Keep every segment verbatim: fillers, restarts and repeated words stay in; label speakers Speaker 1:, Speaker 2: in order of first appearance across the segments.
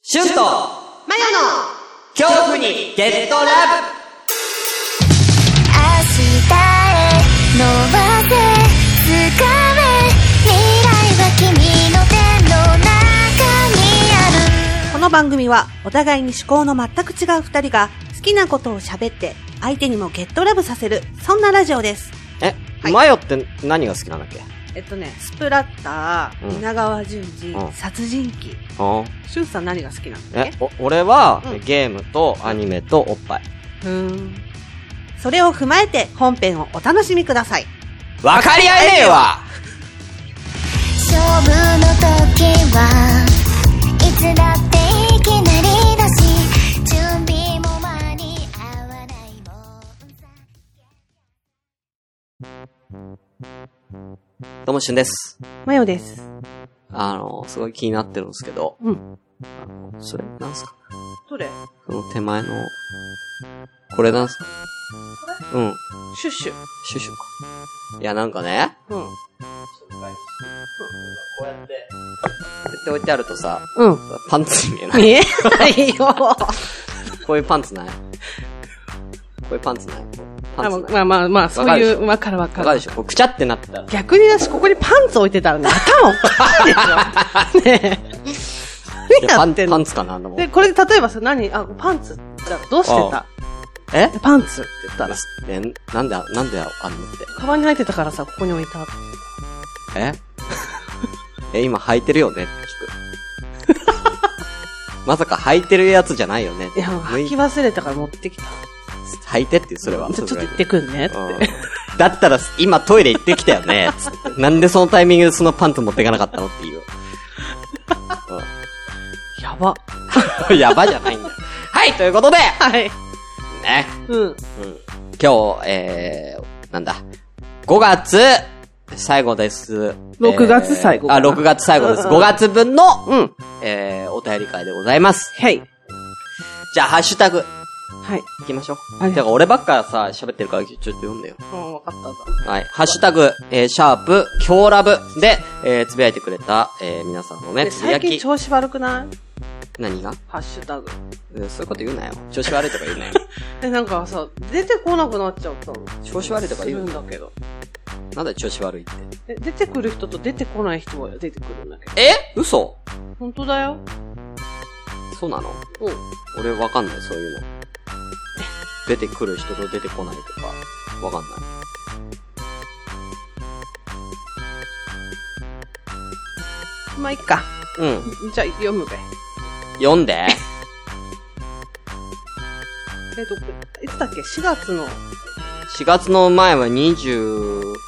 Speaker 1: シュンと
Speaker 2: マヨの
Speaker 1: 恐怖にゲットラブ。
Speaker 3: 明日へ伸ばせ掴め未来は君の手の中にある。
Speaker 2: この番組はお互いに思考の全く違う二人が好きなことを喋って相手にもゲットラブさせる、そんなラジオです。
Speaker 1: え、
Speaker 2: はい、
Speaker 1: マヨって何が好きなんだっけ？
Speaker 2: えっとね、スプラッター、
Speaker 1: うん、
Speaker 2: 稲川淳二、うん、殺人鬼。シュンさん何が好きなんだっけ？
Speaker 1: え、お俺は、
Speaker 2: うん、
Speaker 1: ゲームとアニメとおっぱい。
Speaker 2: うーん。それを踏まえて本編をお楽しみください。
Speaker 1: わかり合えねえわ。
Speaker 3: 勝負の時はいつだっていきなりだし、準備も間に合わないもん。
Speaker 1: どうもしゅんです。
Speaker 2: マヨです。
Speaker 1: あの、すごい気になってるんですけど。
Speaker 2: うん。
Speaker 1: あの、それ、なんすか？
Speaker 2: どれ？
Speaker 1: この手前の、これなんすか？これ？うん。
Speaker 2: シュッシュ。
Speaker 1: シュシュか。いや、なんかね。
Speaker 2: うん。
Speaker 1: こうやって、こうやって置いてあるとさ、
Speaker 2: うん。
Speaker 1: パンツに見えない。
Speaker 2: 見えないよ。
Speaker 1: こういうパンツない？こういうパンツない？パンツない？
Speaker 2: まあまあまあ、そういう、わかるわかる。
Speaker 1: わかるでしょ？こうくちゃってなってたら。
Speaker 2: 逆にだし、ここにパンツ置いてたらね、頭をかってでしょ。ねえ。何やってんの？
Speaker 1: パンツかなと思う。
Speaker 2: で、これ例えばさ、何あ、パンツどうしてた？
Speaker 1: え？
Speaker 2: パンツって言ったら。
Speaker 1: え、なんで、なんであんのって。
Speaker 2: カバンに入ってたからさ、ここに置いた。
Speaker 1: ええ、今履いてるよねって聞く。まさか履いてるやつじゃないよねって。
Speaker 2: いや、履き忘れたから持ってきた。
Speaker 1: 履いてってそれは。
Speaker 2: ちょっと行ってくんねって。
Speaker 1: だったら、今トイレ行ってきたよねつって。なんでそのタイミングでそのパンツ持っていかなかったのっていう。
Speaker 2: やば。
Speaker 1: やばじゃないんだよ。はい、ということで。
Speaker 2: はい。
Speaker 1: ね。
Speaker 2: うん。うん。
Speaker 1: 今日、えー、なんだ。ごがつ、最後です。
Speaker 2: ろくがつ最後、
Speaker 1: えー。あ、ろくがつ最後です。ごがつぶんの、
Speaker 2: うん。
Speaker 1: えー、お便り会でございます。
Speaker 2: はい。
Speaker 1: じゃあ、ハッシュタグ。
Speaker 2: はい。
Speaker 1: 行きましょう。
Speaker 2: はい。
Speaker 1: てか、俺ばっかさ、喋ってるから、ちょっと読んでよ。
Speaker 2: うん、わかった。
Speaker 1: はい。ハッシュタグ、えー、シャープ、今日ラブで、えー、つぶやいてくれた、えー、皆さんのね、つぶやき。
Speaker 2: 最近調子悪くない？
Speaker 1: 何が？
Speaker 2: ハッシュタグ。
Speaker 1: そういうこと言うなよ。調子悪いとか言うなよ。
Speaker 2: え、なんかさ、出てこなくなっちゃったの。
Speaker 1: 調子悪いとか言うん
Speaker 2: だけど。
Speaker 1: なんだよ、調子悪いって。
Speaker 2: え、出てくる人と出てこない人は出てくるんだけど。
Speaker 1: え？嘘？
Speaker 2: 本当だよ。
Speaker 1: そうなの？
Speaker 2: うん。
Speaker 1: 俺わかんない、そういうの。出てくる人と出てこないとか、わかんない。
Speaker 2: まあ、いっか。
Speaker 1: うん。
Speaker 2: じゃあ、読むべ。
Speaker 1: 読んで。
Speaker 2: えっと、いつだっけ ?しがつの。
Speaker 1: しがつの前はにじゅう、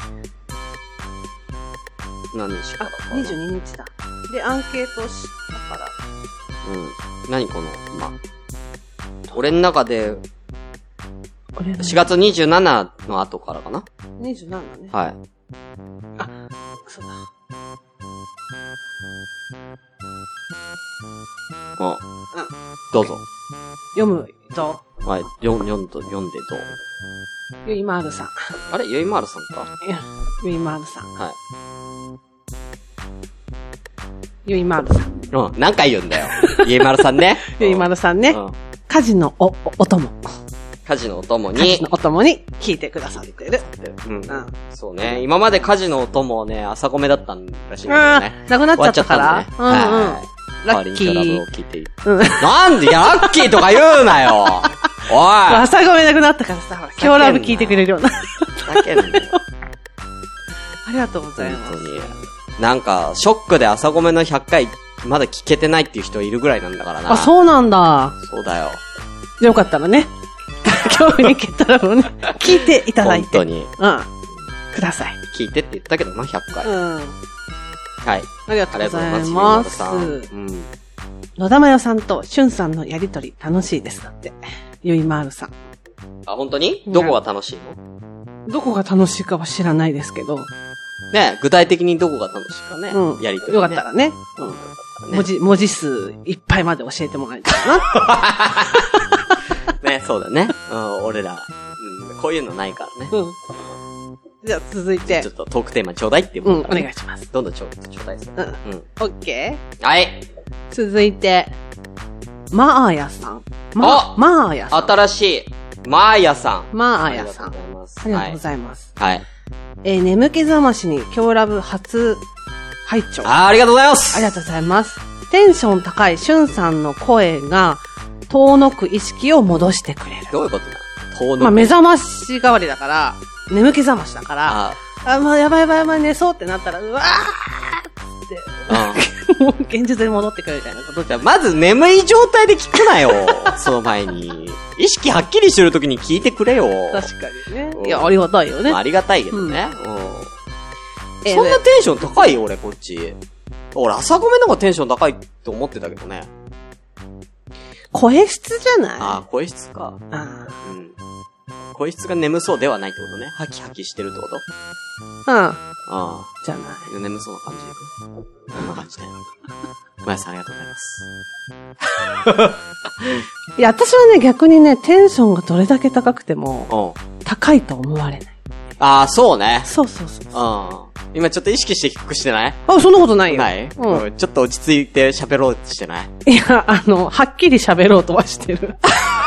Speaker 1: 何日か。
Speaker 2: あ、にじゅうににちだ。で、アンケートしたから。
Speaker 1: うん。何この、ま、俺の中で、しがつにじゅうしちの後からかな ?
Speaker 2: にじゅうしち ね。
Speaker 1: はい。
Speaker 2: あ、そうだ。
Speaker 1: あ、うん。どうぞ。
Speaker 2: 読むぞ。
Speaker 1: はい、読ん、読んど、読んでどう？
Speaker 2: ゆいまるさん。
Speaker 1: あれゆいまるさんか？
Speaker 2: いや、ゆいまるさん。
Speaker 1: はい。
Speaker 2: ゆいまるさん。
Speaker 1: うん、何回言うんだよ。ゆいまるさんね。
Speaker 2: ゆいまるさんね。うん、家事のお、お、お供。
Speaker 1: 家事のお供に。
Speaker 2: 家事のお供に聞いてくださってる。
Speaker 1: うん。うん。そうね。今まで家事のお供をね、朝ごめだったんらしいんだけどね。
Speaker 2: なくなっちゃったから。
Speaker 1: 終わっちゃったんでね。うんうん。はい。
Speaker 2: ラッキー。
Speaker 1: パーリンラブを聞いていい。うん。なんで、いや、ラッキーとか言うなよ。おい。
Speaker 2: 朝ごめなくなったからさ、ほら、今日ラブ聞いてくれるような。
Speaker 1: だけどね。
Speaker 2: ありがとうございます。
Speaker 1: 本当に。なんか、ショックで朝ごめのひゃっかい、まだ聞けてないっていう人いるぐらいなんだからな。
Speaker 2: あ、そうなんだ。
Speaker 1: そうだよ。
Speaker 2: よかったらね。今日にケットラブをね、聞いていただいて。
Speaker 1: 本当に。
Speaker 2: うん。ください。
Speaker 1: 聞いてって言ったけどな、ひゃっかい。うん。はい。
Speaker 2: ありがとうございます。ます
Speaker 1: うん。
Speaker 2: 野田真代さんとしゅんさんのやりとり楽しいです。だって。ゆいまーるさん。
Speaker 1: あ、本当に？どこが楽しいの？
Speaker 2: どこが楽しいかは知らないですけど。
Speaker 1: ね、具体的にどこが楽しいかね。うん。やりとり、ね。
Speaker 2: よかったらね。うん。ね、文字、文字数いっぱいまで教えてもらいたいな。
Speaker 1: ね、そうだね。うん、俺ら、うん、こういうのないからね。うん。
Speaker 2: じゃあ続いて。
Speaker 1: ちょっとトークテーマちょうだいっていう、
Speaker 2: ね。うん、お願いします。
Speaker 1: どんどんちょう、ちょうだいです。
Speaker 2: うん。うん。オッケ
Speaker 1: ー。はい。
Speaker 2: 続いて、 マーヤさん。ま、マーヤさん。
Speaker 1: 新しい。マーヤさん。
Speaker 2: マーヤさん。ありがとうございます。
Speaker 1: はい。はい、
Speaker 2: えー、眠気覚ましに今日ラブ初拝聴。
Speaker 1: あ、ありがとうございます。
Speaker 2: ありがとうございます。テンション高いしゅんさんの声が遠のく意識を戻してくれる。
Speaker 1: どういうことだ？遠のく。
Speaker 2: まあ、目覚まし代わりだから、眠気覚ましだから、ああ、まあ、やばいやばいやばい寝そうってなったら、うわーって、もう現実に戻ってくるみたいなことじゃん。
Speaker 1: まず眠い状態で聞くなよ。その前に。意識はっきりしてるときに聞いてくれよ。
Speaker 2: 確かにね。いや、ありがたいよね。
Speaker 1: まあ、ありがたいけどね。うん。うん、
Speaker 2: えー、
Speaker 1: そんなテンション高い俺、こっち。俺、朝ごめんの方がテンション高いって思ってたけどね。
Speaker 2: 声質じゃない？
Speaker 1: ああ、声質か。
Speaker 2: ああ。
Speaker 1: うん。声質が眠そうではないってことね。ハキハキしてるってこと？
Speaker 2: うん。あ
Speaker 1: あ。
Speaker 2: じゃない。
Speaker 1: 眠そうな感じ。こんな感じだよ。まやさんありがとうございます。
Speaker 2: いや、私はね、逆にね、テンションがどれだけ高くても、高いと思われない。
Speaker 1: ああ、そうね。
Speaker 2: そうそうそう。
Speaker 1: うん。今ちょっと意識して低くしてない？
Speaker 2: あ、そんなことないよ。
Speaker 1: ない？うん。ちょっと落ち着いて喋ろうとしてない？
Speaker 2: いや、あの、はっきり喋ろうとはしてる。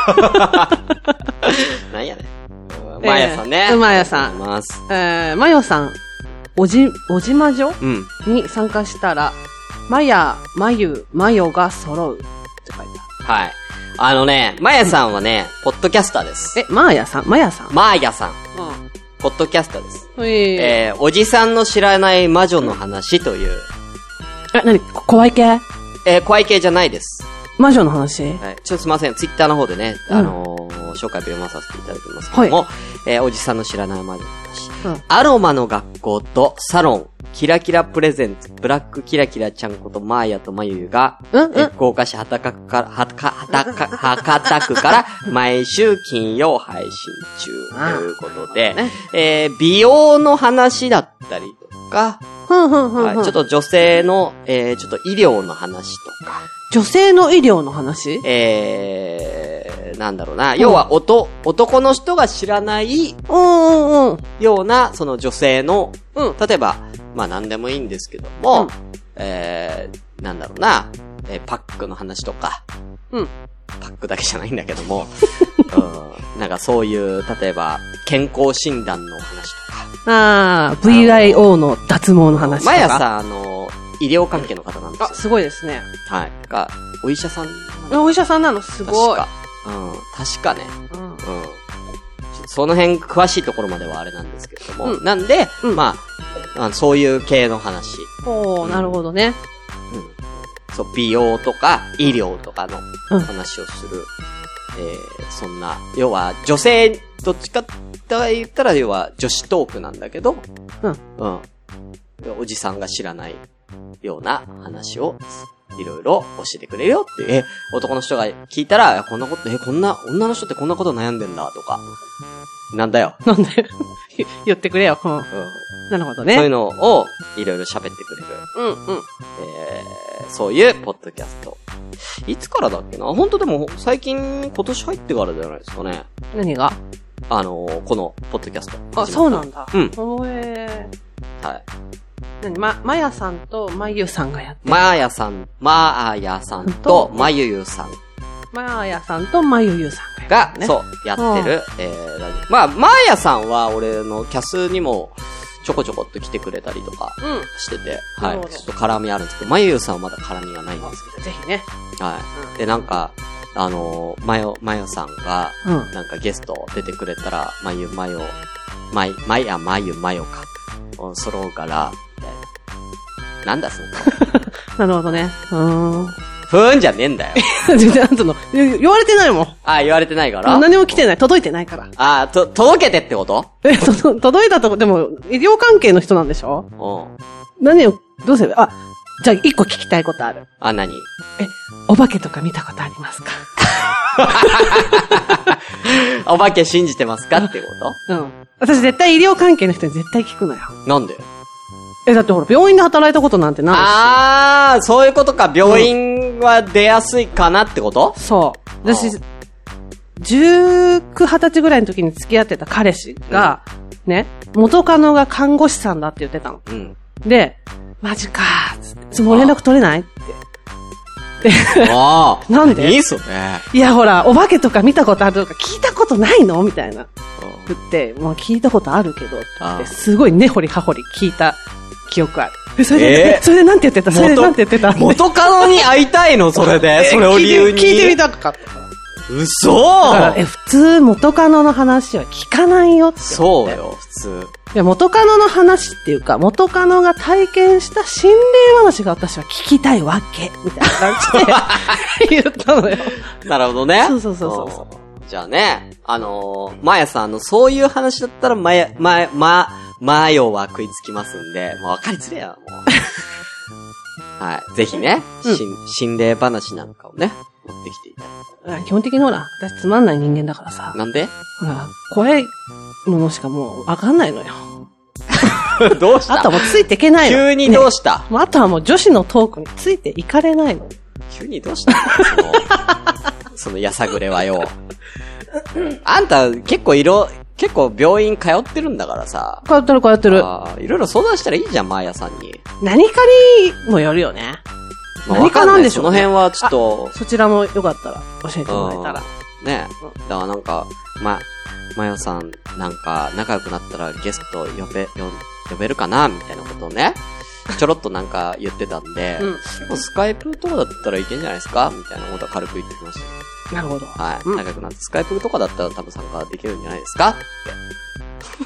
Speaker 1: なんやね。まやさんね。
Speaker 2: まやさん。えー、まよさん、おじ、おじまじょ、うん、に参加したら、まや、まゆ、まよが揃う。って書いて
Speaker 1: ある。はい。あのね、まやさんはね、ポッドキャスターです。
Speaker 2: え、まやさんまやさん
Speaker 1: まやさん。うん。ポッドキャスターです。えー、えー、おじさんの知らない魔女の話という。
Speaker 2: え、なに、怖い系？
Speaker 1: えー、怖い系じゃないです。
Speaker 2: 魔女の話？
Speaker 1: はい。ちょっとすいません。ツイッターの方でね、うん、あのー、紹介を読まさせていただきますけども、はい、えー、おじさんの知らない魔女の話。うん、アロマの学校とサロン、キラキラプレゼンツ、ブラックキラキラちゃんことマーヤとマユユが、うんうん、えー、福岡市はたかくから、はたか、はたか、博多区から毎週金曜配信中ということで、えー、美容の話だったりとか、はい、ちょっと女性の、えー、ちょっと医療の話とか、
Speaker 2: 女性の医療の話？
Speaker 1: えー、なんだろうな。要は、おと、男の人が知らない、
Speaker 2: うんうん、
Speaker 1: ような、その女性の、うん、例えば、まあ何でもいいんですけども、うん、えー、なんだろうな、えー、パックの話とか、うん、パックだけじゃないんだけども、うん、なんかそういう、例えば、健康診断の話とか。
Speaker 2: あー、ブイアイオー の脱毛の話とか。
Speaker 1: まやさん、あの、医療関係の方なんですよ。
Speaker 2: あ、すごいですね。
Speaker 1: はい。が、お医者さん。
Speaker 2: お医者さんなのすごい。
Speaker 1: 確か。うん。確かね。うん。うん。その辺詳しいところまではあれなんですけれども。うん、なんで、うん、まあ、あそういう系の話。
Speaker 2: おー、うん、なるほどね。
Speaker 1: うん。そう、美容とか医療とかの話をする。うん、えー、そんな、要は女性、どっちかって言ったら要は女子トークなんだけど、うん。うん。おじさんが知らないような話をいろいろ教えてくれるよっていう、え、男の人が聞いたら、こんなこと、え、こんな、女の人ってこんなこと悩んでんだとか、なんだよ。
Speaker 2: なんだよ。言ってくれよ。うん。うん、なるほどね。
Speaker 1: そういうのをいろいろ喋ってくれる。
Speaker 2: うんうん。え
Speaker 1: ー、そういうポッドキャスト。いつからだっけな？本当でも最近、今年入ってからじゃないですかね。
Speaker 2: 何が？
Speaker 1: あのー、このポッドキャスト。
Speaker 2: あ、そうなんだ。
Speaker 1: うん。
Speaker 2: おえ
Speaker 1: ー。はい。
Speaker 2: 何ま、まやさんとまゆさんがやってる。
Speaker 1: まやさん、まやさんとまゆゆさん。
Speaker 2: まやさんとまゆゆさんがやってる、ね。
Speaker 1: が、そう、やってる、えー、ラジオ。まあ、まやさんは俺のキャスにもちょこちょこっと来てくれたりとかしてて、うん、はい。ちょっと絡みあるんですけど、まゆゆさんはまだ絡みがないんですけど。
Speaker 2: ぜひね。
Speaker 1: はい。うん、で、なんか、あのー、まよ、まよさんが、なんかゲスト出てくれたら、まゆ、まよ、まい、まや、まゆ、まよか。揃うから、なんだその
Speaker 2: なるほどね。うーん。
Speaker 1: ふーんじゃねえんだよ。
Speaker 2: 全然、あんたの、言われてないもん。
Speaker 1: あ、言われてないから
Speaker 2: 何も来てない。届いてないから。
Speaker 1: あ、と、届けてってこと？
Speaker 2: え、と、届いたとこ、でも、医療関係の人なんでしょ？うん。何を、どうすれば、あ、じゃあ一個聞きたいことある。
Speaker 1: あ、何？
Speaker 2: え、お化けとか見たことありますか？
Speaker 1: お化け信じてますかってこ
Speaker 2: と？うん。私絶対医療関係の人に絶対聞くのよ。
Speaker 1: なんで？
Speaker 2: え、だってほら、病院で働いたことなんてないし。
Speaker 1: あー、そういうことか。病院は出やすいかなってこと？
Speaker 2: うん、そう。私、じゅうきゅう、はたちぐらいの時に付き合ってた彼氏が、うん、ね、元カノが看護師さんだって言ってたの。うん、で、マジかーつって、もう連絡取れないって。 で、
Speaker 1: ああ。
Speaker 2: なんで
Speaker 1: いいっすよね。
Speaker 2: いやほら、お化けとか見たことあるとか聞いたことないのみたいな。言って、もう聞いたことあるけど、ってすごい根掘り葉掘り聞いた記憶ある。え、それで、えー、それでなんて言ってたそれでなんて言ってた
Speaker 1: 元カノに会いたいのそれで。それを理由に。
Speaker 2: 聞いてみたかった。
Speaker 1: 嘘
Speaker 2: だから、え、普通元カノの話は聞かないよって。
Speaker 1: そうよ、普通。
Speaker 2: いや、元カノの話っていうか、元カノが体験した心霊話が私は聞きたいわけ。みたいな感じで言ったのよ。
Speaker 1: なるほどね。
Speaker 2: そうそうそうそう。
Speaker 1: じゃあね、あのー、まやさん、あの、そういう話だったら、まや、ま、ま、まよは食いつきますんで、もう分かりづれや、もう。はい。ぜひね、うん、心霊話なんかをね、持ってきていただいて。
Speaker 2: 基本的にほら、私つまんない人間だからさ。
Speaker 1: なんで
Speaker 2: ほら、怖いものしかもう分かんないのよ。
Speaker 1: どうした
Speaker 2: あとはもうついていけないの。
Speaker 1: 急にどうした、
Speaker 2: ね、あとはもう女子のトークについていかれないの。
Speaker 1: 急にどうしたその、そのやさぐれはよ。あんた結構いろ、結構病院通ってるんだからさ。
Speaker 2: 通ってる通ってる。
Speaker 1: ああ、いろいろ相談したらいいじゃん、マーヤさんに。
Speaker 2: 何かにもよるよね。
Speaker 1: まあ、何かなんでしょう、ね、その辺はちょっと。
Speaker 2: そちらもよかったら教えてもらえたら。
Speaker 1: ねえ。だからなんか、ま、マヤさんなんか仲良くなったらゲスト呼べ、呼べるかなみたいなことをね。ちょろっとなんか言ってたんで、うん、もうスカイプとかだったらいけんじゃないですかみたいなことは軽く言ってきました。
Speaker 2: なるほど。
Speaker 1: はい。うん、仲良くなってスカイプとかだったら多分参加できるんじゃないですかって。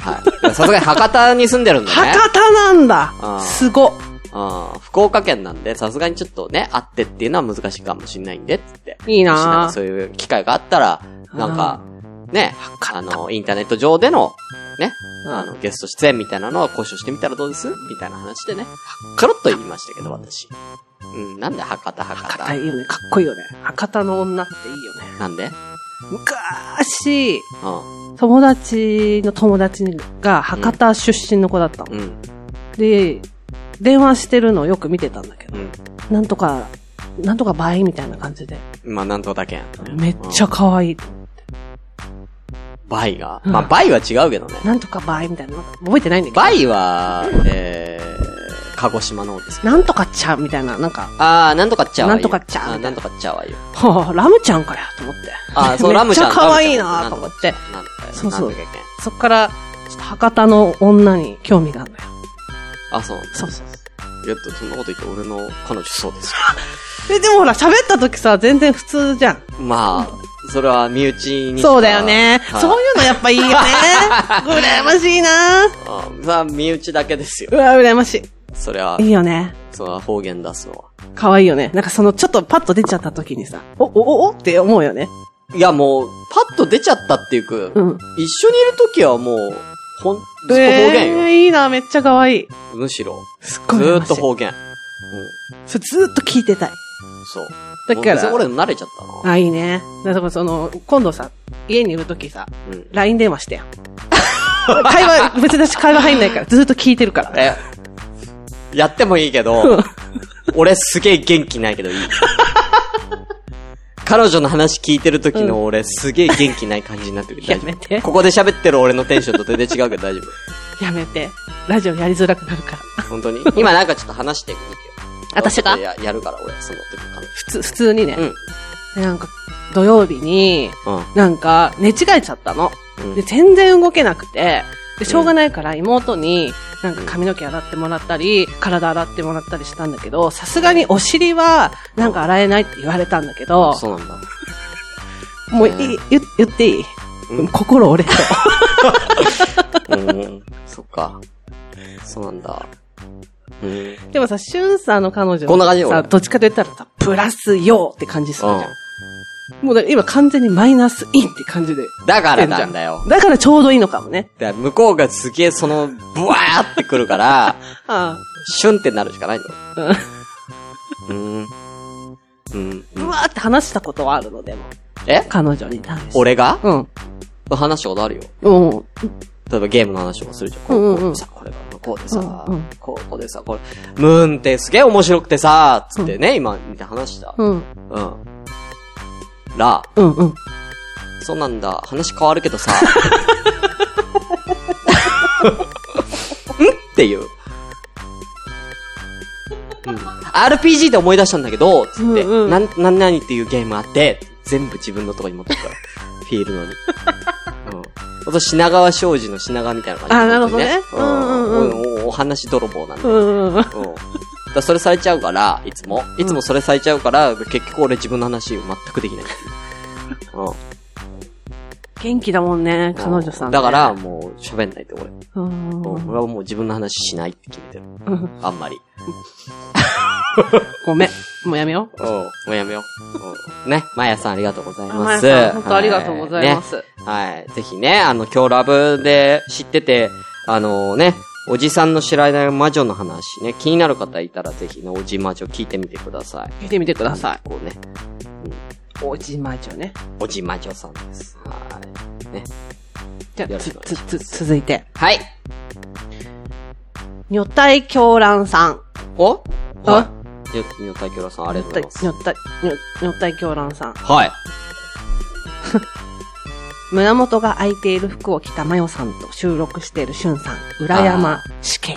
Speaker 1: はい。さすがに博多に住んでるんでね。
Speaker 2: 博多なんだ。すご。
Speaker 1: あ福岡県なんで、さすがにちょっとね、会ってっていうのは難しいかもしれないんで、つって。
Speaker 2: いいなぁ。
Speaker 1: なんかそういう機会があったら、なんか、ね、あの、インターネット上での、ね、あの、ゲスト出演みたいなのは交渉してみたらどうですみたいな話でね、ちょろっと言いましたけど、私。うん、なんで博多博多
Speaker 2: 博多いいよね、かっこいいよね。博多の女っていいよね。
Speaker 1: なんで
Speaker 2: 昔、うん、友達の友達が博多出身の子だったの。うん、で、電話してるのをよく見てたんだけど、うん、なんとか、なんとか倍みたいな感じで。
Speaker 1: まあ、なんとだけ、ね。
Speaker 2: めっちゃ可愛いと思って。
Speaker 1: 倍が、うん、まあ、倍は違うけどね。
Speaker 2: なんとか倍みたいな。覚えてないんだけど。
Speaker 1: 倍は、えー、鹿児島の方です。
Speaker 2: なんとかちゃんみたいな、なんか。
Speaker 1: あー、なんとかちゃんは
Speaker 2: なんとかちゃん。
Speaker 1: なんとかちゃんは言う。
Speaker 2: はぁ、ラムちゃんかよ、と思って。
Speaker 1: あー、そう、ラムちゃん。
Speaker 2: めっちゃ可愛いなと思って。
Speaker 1: なんとか
Speaker 2: そうそう。そっから、ちょっと博多の女に興味があるのよ。
Speaker 1: あ、そう。
Speaker 2: そうそう。
Speaker 1: いや、そんなこと言って俺の彼女そうですよ。
Speaker 2: え、でもほら、喋った時さ、全然普通じゃん。
Speaker 1: まあ、それは身内に。
Speaker 2: そうだよね。そういうのやっぱいいよね。羨ましいな
Speaker 1: あまあ、身内だけですよ。
Speaker 2: うわ、羨ましい。
Speaker 1: それは。
Speaker 2: いいよね。
Speaker 1: それは方言出すのは。
Speaker 2: 可愛いよね。なんかその、ちょっとパッと出ちゃった時にさ、お、お、おって思うよね。
Speaker 1: いや、もう、パッと出ちゃったっていうか、うん、一緒にいる時はもう、ほん、ずっと方言よ。
Speaker 2: えー、いいな、めっちゃ可愛い。
Speaker 1: むしろ。
Speaker 2: すっごい。
Speaker 1: ずーっと方言。うん。
Speaker 2: それずーっと聞いてたい。
Speaker 1: そう。
Speaker 2: だから。
Speaker 1: 俺慣れちゃった
Speaker 2: な。あ、いいね。だからその、今度さ、家にいるときさ、うん、ライン 電話してよ。会話、別に私会話入んないから、ずーっと聞いてるから。
Speaker 1: え、やってもいいけど、俺すげえ元気ないけどいい。彼女の話聞いてる時の俺、すげえ元気ない感じになってる。
Speaker 2: やめて。
Speaker 1: ここで喋ってる俺のテンションと全然違うけど大丈夫。
Speaker 2: やめて。ラジオやりづらくなるから。
Speaker 1: 本当に今なんかちょっと話してみてよ。
Speaker 2: 私が
Speaker 1: や、やるから俺、その時かな。
Speaker 2: 普通、普通にね。うん。なんか、土曜日に、うん、なんか、寝違えちゃったの。うん、で、全然動けなくて、で、しょうがないから妹に、なんか髪の毛洗ってもらったり、体洗ってもらったりしたんだけど、さすがにお尻は、なんか洗えないって言われたんだけど、
Speaker 1: そうなんだ。
Speaker 2: もういい、言、言っていい、うん、心折れ
Speaker 1: た。うん、そっか。そうなんだ。うん、
Speaker 2: でもさ、しゅんさんの彼女
Speaker 1: こんな感じ
Speaker 2: さ、どっちかと言ったらさ、プラスよって感じするじゃん。うん、もうだ今完全にマイナスインって感じで。
Speaker 1: だからなんだよ。
Speaker 2: だからちょうどいいのかもね。
Speaker 1: だから向こうがすげえその、ブワーってくるから、ああシュンってなるしかないの。うん。うん。
Speaker 2: ブワーって話したことはあるのでも。
Speaker 1: え
Speaker 2: 彼女に対して。
Speaker 1: 俺が
Speaker 2: うん。
Speaker 1: 話したことあるよ。
Speaker 2: うん。
Speaker 1: 例えばゲームの話をするじゃん。こう、こうさ、これが、こうでさ、うんうん、こう、こうでさ、これ、ムーンってすげえ面白くてさ、つってね、うん、今見て話した。
Speaker 2: うん。
Speaker 1: うん。ら、
Speaker 2: うんうん。
Speaker 1: そうなんだ、話変わるけどさ、んっていう。うん。 アールピージー で思い出したんだけど、つって、
Speaker 2: うんうん、
Speaker 1: なん、なんなにっていうゲームあって、全部自分のとこに持ってくから。フィールドに。うん。ほんと品川庄司の品川みたいな感じ、ね。
Speaker 2: あ、なるほどね。
Speaker 1: うんうんうん。お, お, お話泥棒なんで。うん
Speaker 2: うんうん。うん。
Speaker 1: だそれされちゃうから、いつも。いつもそれされちゃうから、結局俺自分の話全くできない。うん。
Speaker 2: 元気だもんね、彼女さん、ね。
Speaker 1: だから、もう喋んないで俺。
Speaker 2: うん。
Speaker 1: 俺はもう自分の話しないって決めてる。あんまり。
Speaker 2: ごめん。もうやめよう。
Speaker 1: おうもうやめよう。ね。まやさんありがとうございます。
Speaker 2: まやさん、本当ありがとうございます。
Speaker 1: はい、ねはい。ぜひね、あの、今日ラブで知ってて、あのね、おじさんの知らない魔女の話ね、気になる方いたらぜひね、おじ魔女聞いてみてください。
Speaker 2: 聞いてみてください。
Speaker 1: こうね。
Speaker 2: うん、おじ魔女ね。
Speaker 1: おじ魔女さんです。はい。ね。
Speaker 2: じゃあ、つ、つ、つ、続いて。
Speaker 1: はい。
Speaker 2: 女体狂乱さん。
Speaker 1: お
Speaker 2: あ
Speaker 1: 女体狂乱さん、ありがとうございます。
Speaker 2: 女体、女体狂乱さん。
Speaker 1: はい。
Speaker 2: 胸元が開いている服を着たマヨさんと収録しているシュンさん。裏山死刑。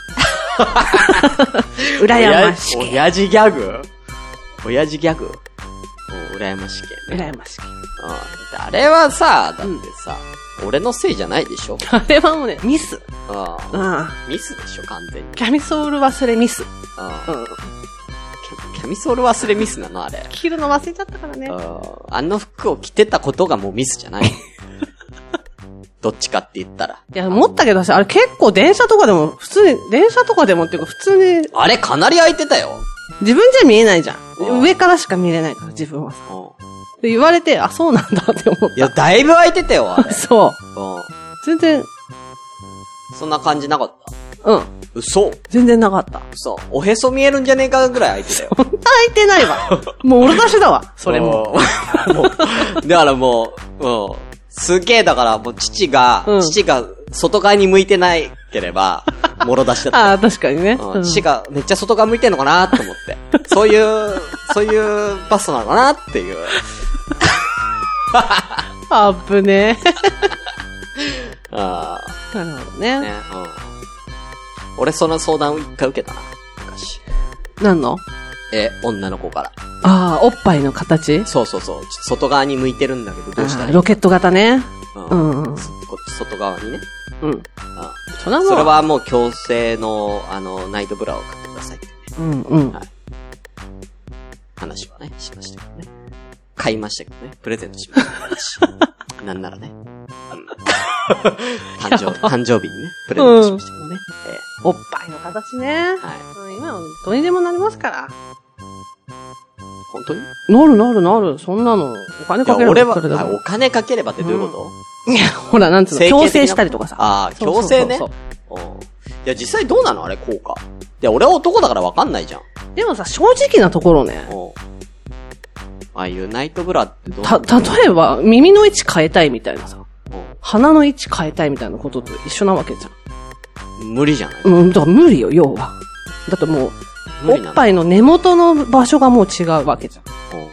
Speaker 2: 裏山死刑。
Speaker 1: 親父ギャグ親父ギャグ裏山死刑ね。
Speaker 2: 裏山死刑。
Speaker 1: あれはさ、だってさ、うん、俺のせいじゃないでしょ
Speaker 2: あれはもうね、ミス。
Speaker 1: ああミスでしょ、完全に。
Speaker 2: キャミソール忘れミス。
Speaker 1: ああ、うん、キャ、キャミソール忘れミスなのあれ。
Speaker 2: 着るの忘れちゃったからね。
Speaker 1: あ, あの服を着てたことがもうミスじゃない。どっちかって言ったら。
Speaker 2: いや、思ったけどさ、あれ結構電車とかでも、普通に、電車とかでもっていうか普通に。
Speaker 1: あれかなり開いてたよ。
Speaker 2: 自分じゃ見えないじゃん。上からしか見れないから、自分はさ。で言われて、あ、そうなんだって思った。
Speaker 1: いや、だいぶ開いてたよ、あれ。
Speaker 2: そう。うん。全然。
Speaker 1: そんな感じなかった？
Speaker 2: うん。
Speaker 1: 嘘？
Speaker 2: 全然なかった。
Speaker 1: 嘘。おへそ見えるんじゃねえかぐらい開いてたよ。
Speaker 2: そんな開いてないわ。もうおろ出しだわ。それも。
Speaker 1: もうだからもう、うん。すげえだからもう父が、うん、父が外側に向いてないければ、もろ出しだった。
Speaker 2: ああ、確かにね、
Speaker 1: うん。父がめっちゃ外側向いてんのかなと思って。そういう、そういうバストなのかなっていう。
Speaker 2: あぶねえ。
Speaker 1: ああ。
Speaker 2: なるほどね。ね、うん。
Speaker 1: 俺その相談を一回受けたな。昔。
Speaker 2: 何の？
Speaker 1: え、女の子から。
Speaker 2: ああ、おっぱいの形？
Speaker 1: そうそうそう。外側に向いてるんだけど、どうしたらいい？
Speaker 2: ロケット型ね。
Speaker 1: うん。うん、こっち外側にね。
Speaker 2: うん。
Speaker 1: あそれはもう。それはもう強制の、あの、ナイトブラを買ってくださいって、ね。
Speaker 2: うんうん。はい。
Speaker 1: 話はね、しましたけどね。買いましたけどね。プレゼントしましたし。なんならね。うん、誕生、誕生日にね、プレゼントしましたけどね。
Speaker 2: うんえー、おっぱいの形ね。はい。今はどうにでもなりますから。
Speaker 1: 本当に？
Speaker 2: なるなるなる。そんなの、お金かければ。
Speaker 1: 俺は、あ、お金かければってどういうこと？
Speaker 2: うん、いや、ほら、なんつうの、強制したりとかさ。
Speaker 1: ああ、強制ね。そうそうそうそう。いや、実際どうなのあれ、効果。いや、俺は男だからわかんないじゃん。
Speaker 2: でもさ、正直なところね。
Speaker 1: ああいうナイトブラってどう
Speaker 2: た、例えば、耳の位置変えたいみたいなさ。鼻の位置変えたいみたいなことと一緒なわけじゃん。
Speaker 1: 無理じゃない？
Speaker 2: うん、だから無理よ、要は。だってもう、おっぱいの根元の場所がもう違うわけじゃん。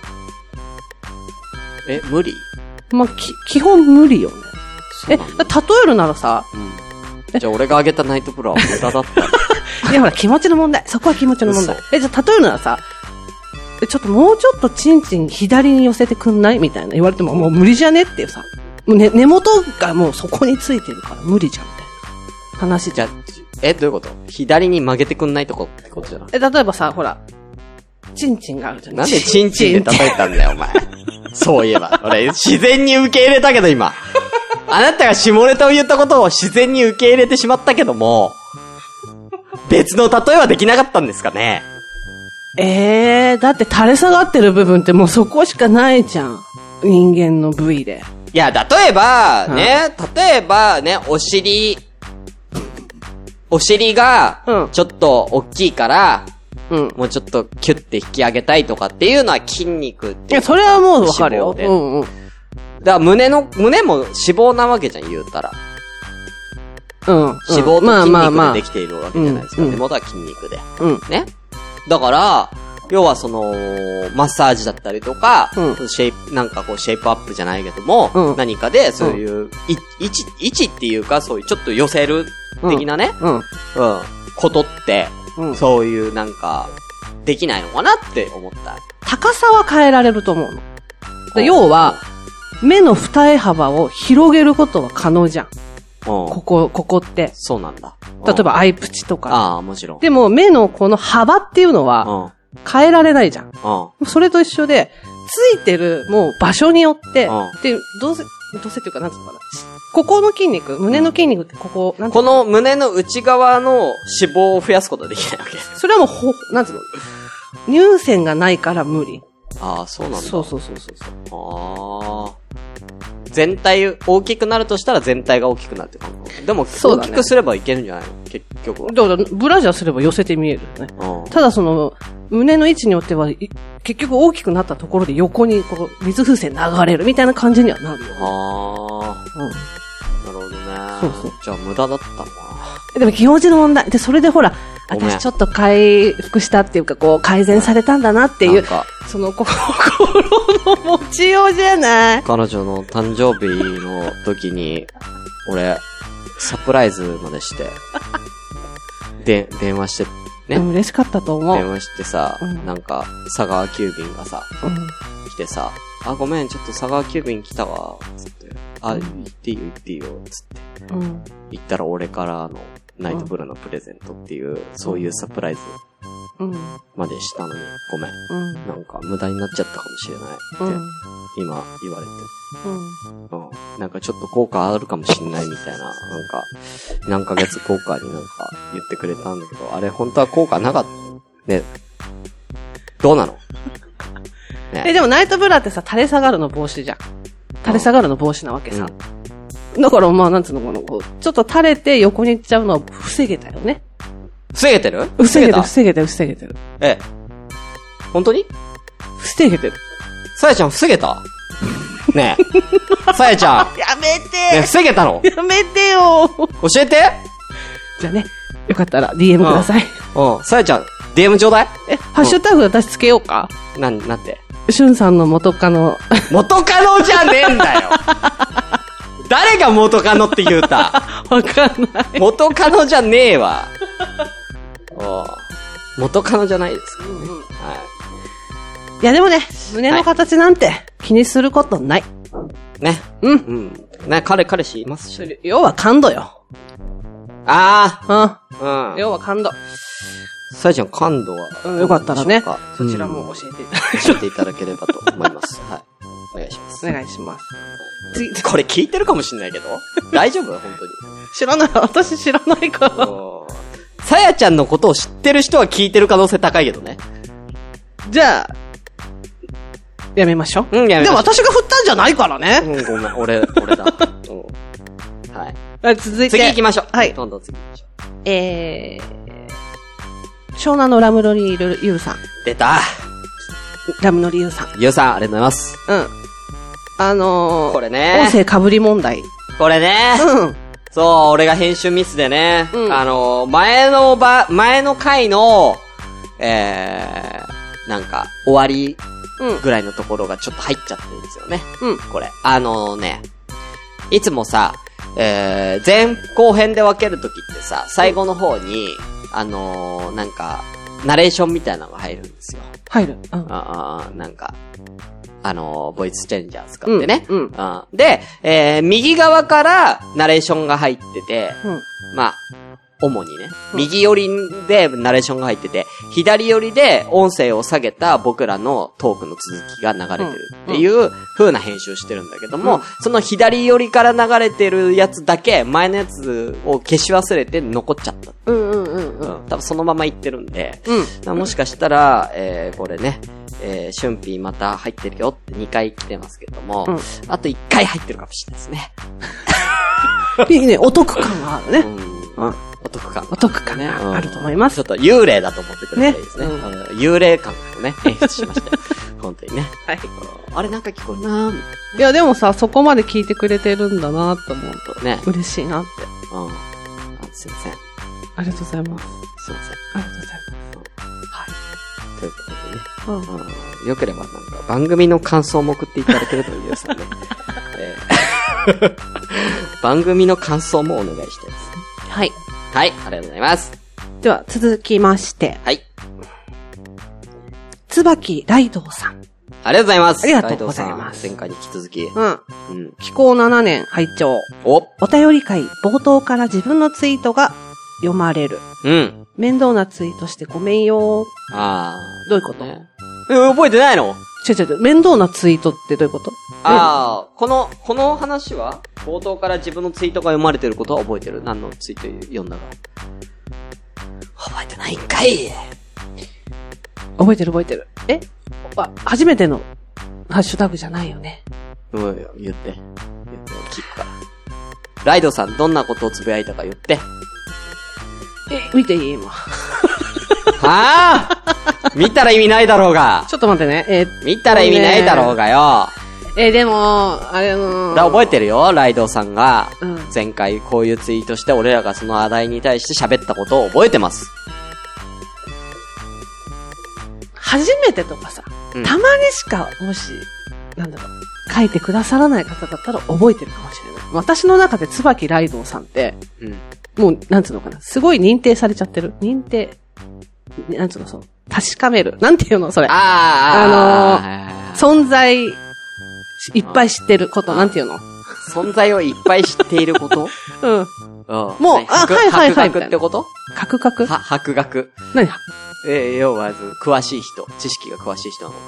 Speaker 1: え、無理？
Speaker 2: まあ、き、基本無理よね。え、例えるならさ、
Speaker 1: うん、じゃあ俺があげたナイトプラは無駄だった。
Speaker 2: いやほら、気持ちの問題。そこは気持ちの問題。え、じゃあ例えるならさ、え、ちょっともうちょっとチンチン左に寄せてくんないみたいな言われてももう無理じゃねっていうさ。ね、根元がもうそこについてるから無理じゃんみたいな話じゃん。
Speaker 1: え、どういうこと？左に曲げてくんないとこってことじゃない？
Speaker 2: え、例えばさ、ほら、チンチンがあるじゃん。
Speaker 1: なんでチンチンで例えたんだよ、お前。そういえば。俺、自然に受け入れたけど今。あなたが下ネタを言ったことを自然に受け入れてしまったけども、別の例えはできなかったんですかね？
Speaker 2: えー、だって垂れ下がってる部分ってもうそこしかないじゃん。人間の部位で。
Speaker 1: いや、例えば、ね、例えば、ね、お尻、お尻が、ちょっと大きいから、うん、もうちょっとキュッて引き上げたいとかっていうのは筋肉っていう。
Speaker 2: いや、それはもうわかるよ。うんうん。
Speaker 1: だから胸の、胸も脂肪なわけじゃん、言うたら。
Speaker 2: うん。
Speaker 1: 脂肪と筋肉でできているわけじゃないですか。根元は筋肉で。うん。ね。だから、要はその、マッサージだったりとか、うん、シェイプ、なんかこう、シェイプアップじゃないけども、うん、何かで、そういう、うん、い、位置、位置っていうか、そういうちょっと寄せる的なね、うん。うん。ことって、うん、そういうなんか、 できないのかなって思った。
Speaker 2: 高さは変えられると思うの。で要は、目の二重幅を広げることは可能じゃん。ここ、ここって。
Speaker 1: そうなんだ。
Speaker 2: 例えばアイプチとか。
Speaker 1: ああ、もちろん。
Speaker 2: でも目のこの幅っていうのは、変えられないじゃん。それと一緒で、ついてるもう場所によって、で、どうせ、どうせっていうか、なんつうのかな。ここの筋肉、胸の筋肉ってここ、なん
Speaker 1: ていうの？この胸の内側の脂肪を増やすことはできないわけです。
Speaker 2: それはもうほ、なんつうの？乳腺がないから無理。
Speaker 1: ああ、そうなんだ。
Speaker 2: そうそうそうそう。
Speaker 1: ああ。全体大きくなるとしたら全体が大きくなるって感じ。でも、大きくすればいけるんじゃないの？結局は。
Speaker 2: だから、ブラジャーすれば寄せて見えるよね。ただその、胸の位置によっては、結局大きくなったところで横にこう、水風船流れるみたいな感じにはなるよ。
Speaker 1: ああ。うん。なるほどね。そうそう。じゃあ無駄だったのか
Speaker 2: な。でも気持ちの問題。で、それでほら、私ちょっと回復したっていうか、こう、改善されたんだなっていう、その心の持ちようじゃない？
Speaker 1: 彼女の誕生日の時に、俺、サプライズまでして、で、電話して、ね。
Speaker 2: 嬉しかったと思う。
Speaker 1: 電話してさ、うん、なんか、佐川急便がさ、うん、来てさ、あ、ごめん、ちょっと佐川急便来たわ、つって、あ、行っていいよ、行っていいよ、つって、うん、行ったら俺からの、ナイトブルーのプレゼントっていう、うん、そういうサプライズまでしたのに、ごめん、うん。なんか無駄になっちゃったかもしれないって、うん、今言われて、うんうん。なんかちょっと効果あるかもしれないみたいな、なんか、何ヶ月効果になんか言ってくれたんだけど、あれ本当は効果なかった。ね。どうなの
Speaker 2: ね、え、でもナイトブラってさ、垂れ下がるの防止じゃん。垂れ下がるの防止なわけさ。うん、だからまあ、なんつうのかな、こう、ちょっと垂れて横に行っちゃうのは防げたよね。
Speaker 1: 防げてる？
Speaker 2: 防げてる、防げてる、防げてる。
Speaker 1: ええ。本当に？
Speaker 2: 防げてる。
Speaker 1: さやちゃん防げた？ねえ。さやちゃん。
Speaker 2: やめて。
Speaker 1: ねえ、防げたの？
Speaker 2: やめてよ。
Speaker 1: 教えて。
Speaker 2: じゃあね、よかったら ディーエム ください。
Speaker 1: うん。さやちゃん、ディーエム ちょうだい？
Speaker 2: え、ハッシュタグ私つけようか？
Speaker 1: なん、なんて。
Speaker 2: しゅんさんの元カノ。
Speaker 1: 元カノじゃねえんだよ。誰が元カノって言うた？
Speaker 2: わかんない。
Speaker 1: 元カノじゃねえわ。お元カノじゃないですけどね。うんうん、はい。
Speaker 2: いやでもね、胸の形なんて気にすることない。
Speaker 1: はい、ね。
Speaker 2: うん。
Speaker 1: うん。ね、彼、彼氏いますし。
Speaker 2: 要は感度よ。
Speaker 1: あ
Speaker 2: あ。うん。要は感度。
Speaker 1: さやちゃん感度は、
Speaker 2: うん、よかったらね、そちらも教えていただけ、
Speaker 1: 教えていただければと思います。はい。お願いします。
Speaker 2: お願いします。
Speaker 1: 次、これ聞いてるかもしんないけど大丈夫？本当に。
Speaker 2: 知らない。私知らないから。
Speaker 1: さやちゃんのことを知ってる人は聞いてる可能性高いけどね。
Speaker 2: じゃあ、やめましょう。
Speaker 1: うん、やめましょう。
Speaker 2: でも私が振ったんじゃないからね。
Speaker 1: うん、ごめん。俺、俺だ。うん。はい。
Speaker 2: 続いて。
Speaker 1: 次行きましょう。
Speaker 2: はい。
Speaker 1: どんどん次行きましょう。
Speaker 2: えー、湘南のラムロリーユウさん。
Speaker 1: 出た。
Speaker 2: ラムロリーユウさん。
Speaker 1: ユウさん、ありがとうございます。
Speaker 2: うん。あのー、
Speaker 1: これね。
Speaker 2: 音声被り問題。
Speaker 1: これね。
Speaker 2: うん。
Speaker 1: そう、俺が編集ミスでね。うん、あのー、前のば、前の回の、えー、なんか、終わりぐらいのところがちょっと入っちゃってるんですよね。
Speaker 2: うん。
Speaker 1: これ。あのー、ね、いつもさ、えー、前後編で分けるときってさ、最後の方に、あのー、なんか、ナレーションみたいなのが入るんですよ。
Speaker 2: 入る。うん。
Speaker 1: ああ、なんか、あのー、ボイスチェンジャー使ってね。
Speaker 2: うん。うん
Speaker 1: うん、で、えー、右側からナレーションが入ってて、うん、まあ、主にね、右寄りでナレーションが入ってて、左寄りで音声を下げた僕らのトークの続きが流れてるっていう風な編集してるんだけども、うん、その左寄りから流れてるやつだけ、前のやつを消し忘れて残っちゃった。
Speaker 2: うんうんうんうん。
Speaker 1: 多分そのまま言ってるんで、
Speaker 2: うん、
Speaker 1: もしかしたら、えー、これね、えー、シュンピーまた入ってるよってにかい来てますけども、うん、あといっかい入ってるかもしれないですね。
Speaker 2: いいね、お得感があるね。
Speaker 1: うん。うんお得感。
Speaker 2: お得感があると思います。
Speaker 1: ちょっと幽霊だと思ってくれたらいいですね。ねうん、幽霊感をね、演出しました。本当にね。
Speaker 2: はい。
Speaker 1: あれなんか聞こえるなぁ。
Speaker 2: いや、でもさ、そこまで聞いてくれてるんだなと思うと。
Speaker 1: ね。
Speaker 2: 嬉しいなって。
Speaker 1: うん。あ、すいません。
Speaker 2: ありがとうございます。
Speaker 1: すいません。
Speaker 2: ありがとうございます。
Speaker 1: はい。ということでね。うん。よければなんか番組の感想も送っていただけるといいですよね。えー、番組の感想もお願いしたいです。
Speaker 2: はい。
Speaker 1: はい、ありがとうございます。
Speaker 2: では、続きまして。
Speaker 1: はい。
Speaker 2: 椿ライドウさん。
Speaker 1: ありがとうございます。
Speaker 2: ありがとうございます。
Speaker 1: 前回に引き続き。
Speaker 2: うん。
Speaker 1: うん。
Speaker 2: 気候ななねん拝聴。
Speaker 1: お
Speaker 2: お便り会冒頭から自分のツイートが読まれる。
Speaker 1: うん。
Speaker 2: 面倒なツイートしてごめんよ。
Speaker 1: ああ。
Speaker 2: どういうこと、
Speaker 1: ね、え、覚えてないの？
Speaker 2: 違う違う、面倒なツイートってどういうこと？
Speaker 1: ああ、この、この話は冒頭から自分のツイートが読まれてることは覚えてる？何のツイート読んだか。覚えてないんかい。
Speaker 2: 覚えてる覚えてる。えあ、初めてのハッシュタグじゃないよね。
Speaker 1: うん、言って。言って、聞くから。ライドさん、どんなことをつぶやいたか言って。
Speaker 2: え、見ていい今。
Speaker 1: はぁ見たら意味ないだろうが。
Speaker 2: ちょっと待ってね。えー、
Speaker 1: 見たら意味ないだろうがよ。
Speaker 2: えー、でも、あれのー、
Speaker 1: だ覚えてるよ、ライドさんが、
Speaker 2: うん、
Speaker 1: 前回こういうツイートして、俺らがその話題に対して喋ったことを覚えてます。
Speaker 2: 初めてとかさ、うん、たまにしか、もし、なんだろう、書いてくださらない方だったら覚えてるかもしれない。私の中で椿ライドウさんって、うん、もう、なんつうのかな、すごい認定されちゃってる。認定、なんつうの、そう、確かめる。なんていうの、それ。ああのー、存在、いっぱい知ってること、なんていうの？
Speaker 1: 存在をいっぱい知っていること
Speaker 2: うん。もう、あ、はいはいはい。
Speaker 1: 博学ってこと？
Speaker 2: 博学？
Speaker 1: は、博学。
Speaker 2: 何？
Speaker 1: えー、要は、詳しい人、知識が詳しい人のこと。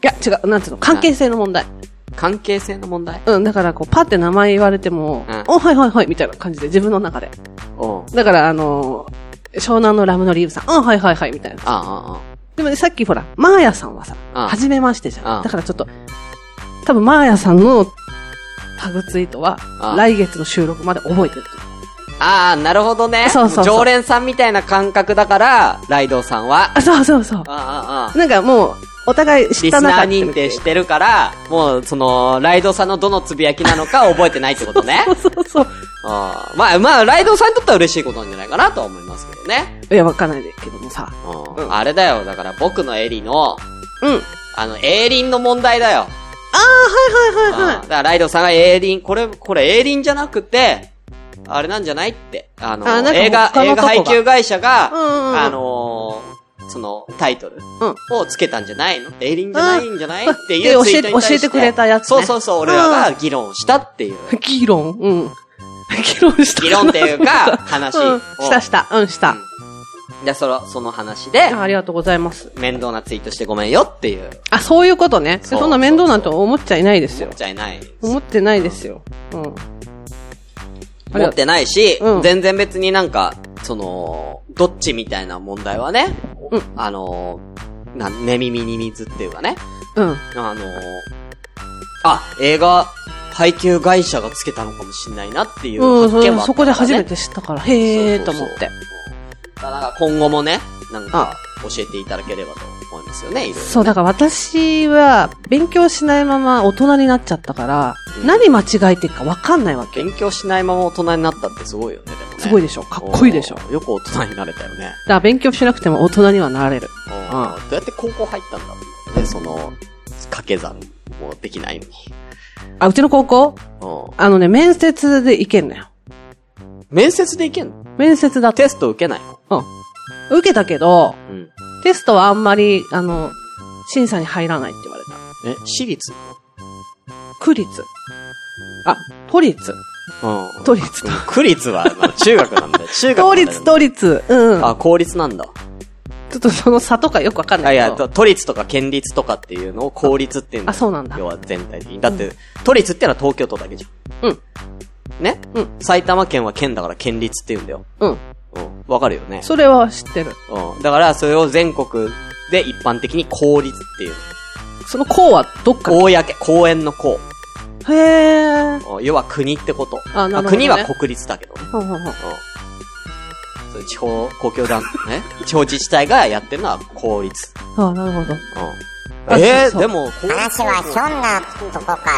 Speaker 2: いや、違う、なんつうの、関係性の問題。
Speaker 1: 関係性の問題？
Speaker 2: うん、だからこう、パって名前言われても、うん、お、はいはいはい、みたいな感じで、自分の中で。
Speaker 1: お
Speaker 2: だから、あのー、湘南のラムのリーブさん、あ、はいはいはい、みたいな。
Speaker 1: ああ、ああ。
Speaker 2: でもね、さっきほら、マーヤさんはさ、はじめましてじゃん。だからちょっと、多分マーヤさんのタグツイートは、来月の収録まで覚えてると。
Speaker 1: ああ、なるほどね。そうそうそう。常連さんみたいな感覚だから、ライドさんは。
Speaker 2: あ、そうそうそう。
Speaker 1: ああ、ああ。
Speaker 2: なんかもう、お互い知った中で。
Speaker 1: リスナー認定してるから、もう、その、ライドさんのどのつぶやきなのか覚えてないってことね。
Speaker 2: そうそうそう。
Speaker 1: ああ、まあ、まあ、ライドさんにとっては嬉しいことなんじゃないかなとは思いますけどね。
Speaker 2: いや、わかんないけどもさ。
Speaker 1: うん。あれだよ、だから僕のエリの、
Speaker 2: うん。
Speaker 1: あの、エーリンの問題だよ。
Speaker 2: ああ、はいはいはいはい。
Speaker 1: だからライドさんがエーリン、これ、これエーリンじゃなくて、あれなんじゃないって。あの、あ映画、映画配給会社が、うんうん、あのー、その、タイトルをつけたんじゃないの、うん、エーリンじゃないんじゃない、うん、っていうツイートに対して。
Speaker 2: 教えてくれたやつ、ね。
Speaker 1: そうそうそう、俺らが議論したっていう。
Speaker 2: 議論うん。議論した。
Speaker 1: 議論っていうか、話を、うん。
Speaker 2: したした。うん、した。
Speaker 1: うん、で、その、その話で。
Speaker 2: ありがとうございます。
Speaker 1: 面倒なツイートしてごめんよっていう。
Speaker 2: あ、そういうことね。そ, そんな面倒なんて思っちゃいないですよ。
Speaker 1: 思っちゃいない。
Speaker 2: 思ってないですよ。うん。
Speaker 1: 思ってないし、うん、全然別になんか、その、どっちみたいな問題はね、うん、あの、な、寝耳に水っていうかね、
Speaker 2: うん。
Speaker 1: あの、あ、映画、配給会社がつけたのかもしれないなっていう発見はあった、ね、うん、
Speaker 2: そこで初めて知ったから、へーと思って。
Speaker 1: だから今後もね、なんか、教えていただければと思いますよね、いろいろ、ね。
Speaker 2: そう、だから私は、勉強しないまま大人になっちゃったから、うん、何間違えてるか分かんないわけ。
Speaker 1: 勉強しないまま大人になったってすごいよね、でもね。
Speaker 2: すごいでしょ、かっこいいでしょ。
Speaker 1: よく大人になれたよね。だか
Speaker 2: ら勉強しなくても大人にはなれる。
Speaker 1: うん。どうやって高校入ったんだろうね、その、掛け算もできないのに。
Speaker 2: あ、うちの高校？うん。あのね、面接で行けんのよ。
Speaker 1: 面接で行けんの？
Speaker 2: 面接だって。
Speaker 1: テスト受けないの？
Speaker 2: うん。受けたけど、
Speaker 1: うん。
Speaker 2: テストはあんまり、あの、審査に入らないって言われた。
Speaker 1: え、私立？
Speaker 2: 区立。あ、都立。
Speaker 1: うん。
Speaker 2: 都立と。
Speaker 1: 区立は、中学なんだよ。中学なんだよ、ね。
Speaker 2: 都立、都立。うん。
Speaker 1: あ、公立なんだ。
Speaker 2: ちょっとその差とかよくわかんないけど。
Speaker 1: いや、都立とか県立とかっていうのを公立っていうんだ。
Speaker 2: あ、そうなんだ。
Speaker 1: 要は全体的に。だって、うん、都立ってのは東京都だけじ
Speaker 2: ゃん。うん。
Speaker 1: ね？うん。埼玉県は県だから県立って言うんだよ。
Speaker 2: うん。
Speaker 1: うん。わかるよね。
Speaker 2: それは知ってる。
Speaker 1: うん。だから、それを全国で一般的に公立っていう。
Speaker 2: その公はどっか
Speaker 1: 公、公園の公。
Speaker 2: へー。
Speaker 1: 要は国ってこと。
Speaker 2: あ、なるほど、ね。
Speaker 1: 国は国立だけどね。
Speaker 2: うんうんうん。
Speaker 1: 地方公共団、ね。地方自治体がやってるのは公立。
Speaker 2: ああ、なるほど。
Speaker 1: うん。えー、でも、
Speaker 3: 話はひょんなとこから、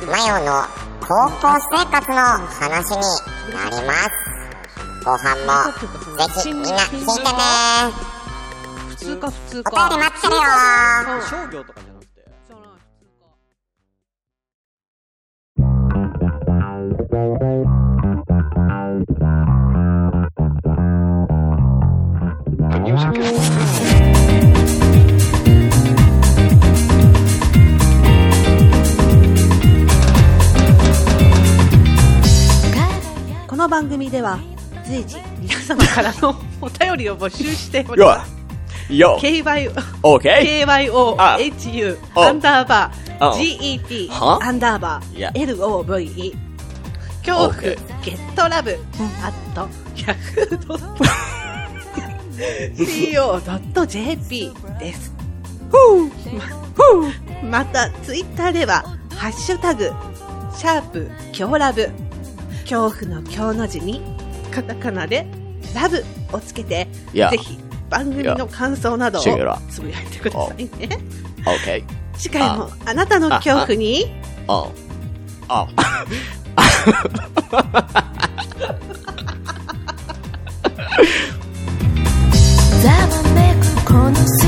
Speaker 3: マヨの高校生活の話になります。後半も、ぜひみんな聞いてね。
Speaker 2: 普通か普通か。
Speaker 3: お便り待ってるよ
Speaker 1: ー。商業とかじゃなくて。The music is
Speaker 2: 番組では随時皆様からのお便りを募集しております。
Speaker 1: よ
Speaker 2: ケーワイオー
Speaker 1: OK
Speaker 2: ケーワイオーエイチユー アンダーバー ジーイーティー アンダーバー エルオーブイイー 恐怖ゲットラブアットヤフードット シーオードットジェーピー です。ま, またツイッターではハッシュタグシャープ恐ラブ、恐怖の恐の字にカタカナでラブをつけて、ぜひ番組の感想などをつぶやいてくださいね。
Speaker 1: OK。
Speaker 2: 次回もあなたの恐怖に
Speaker 3: ざわめくこの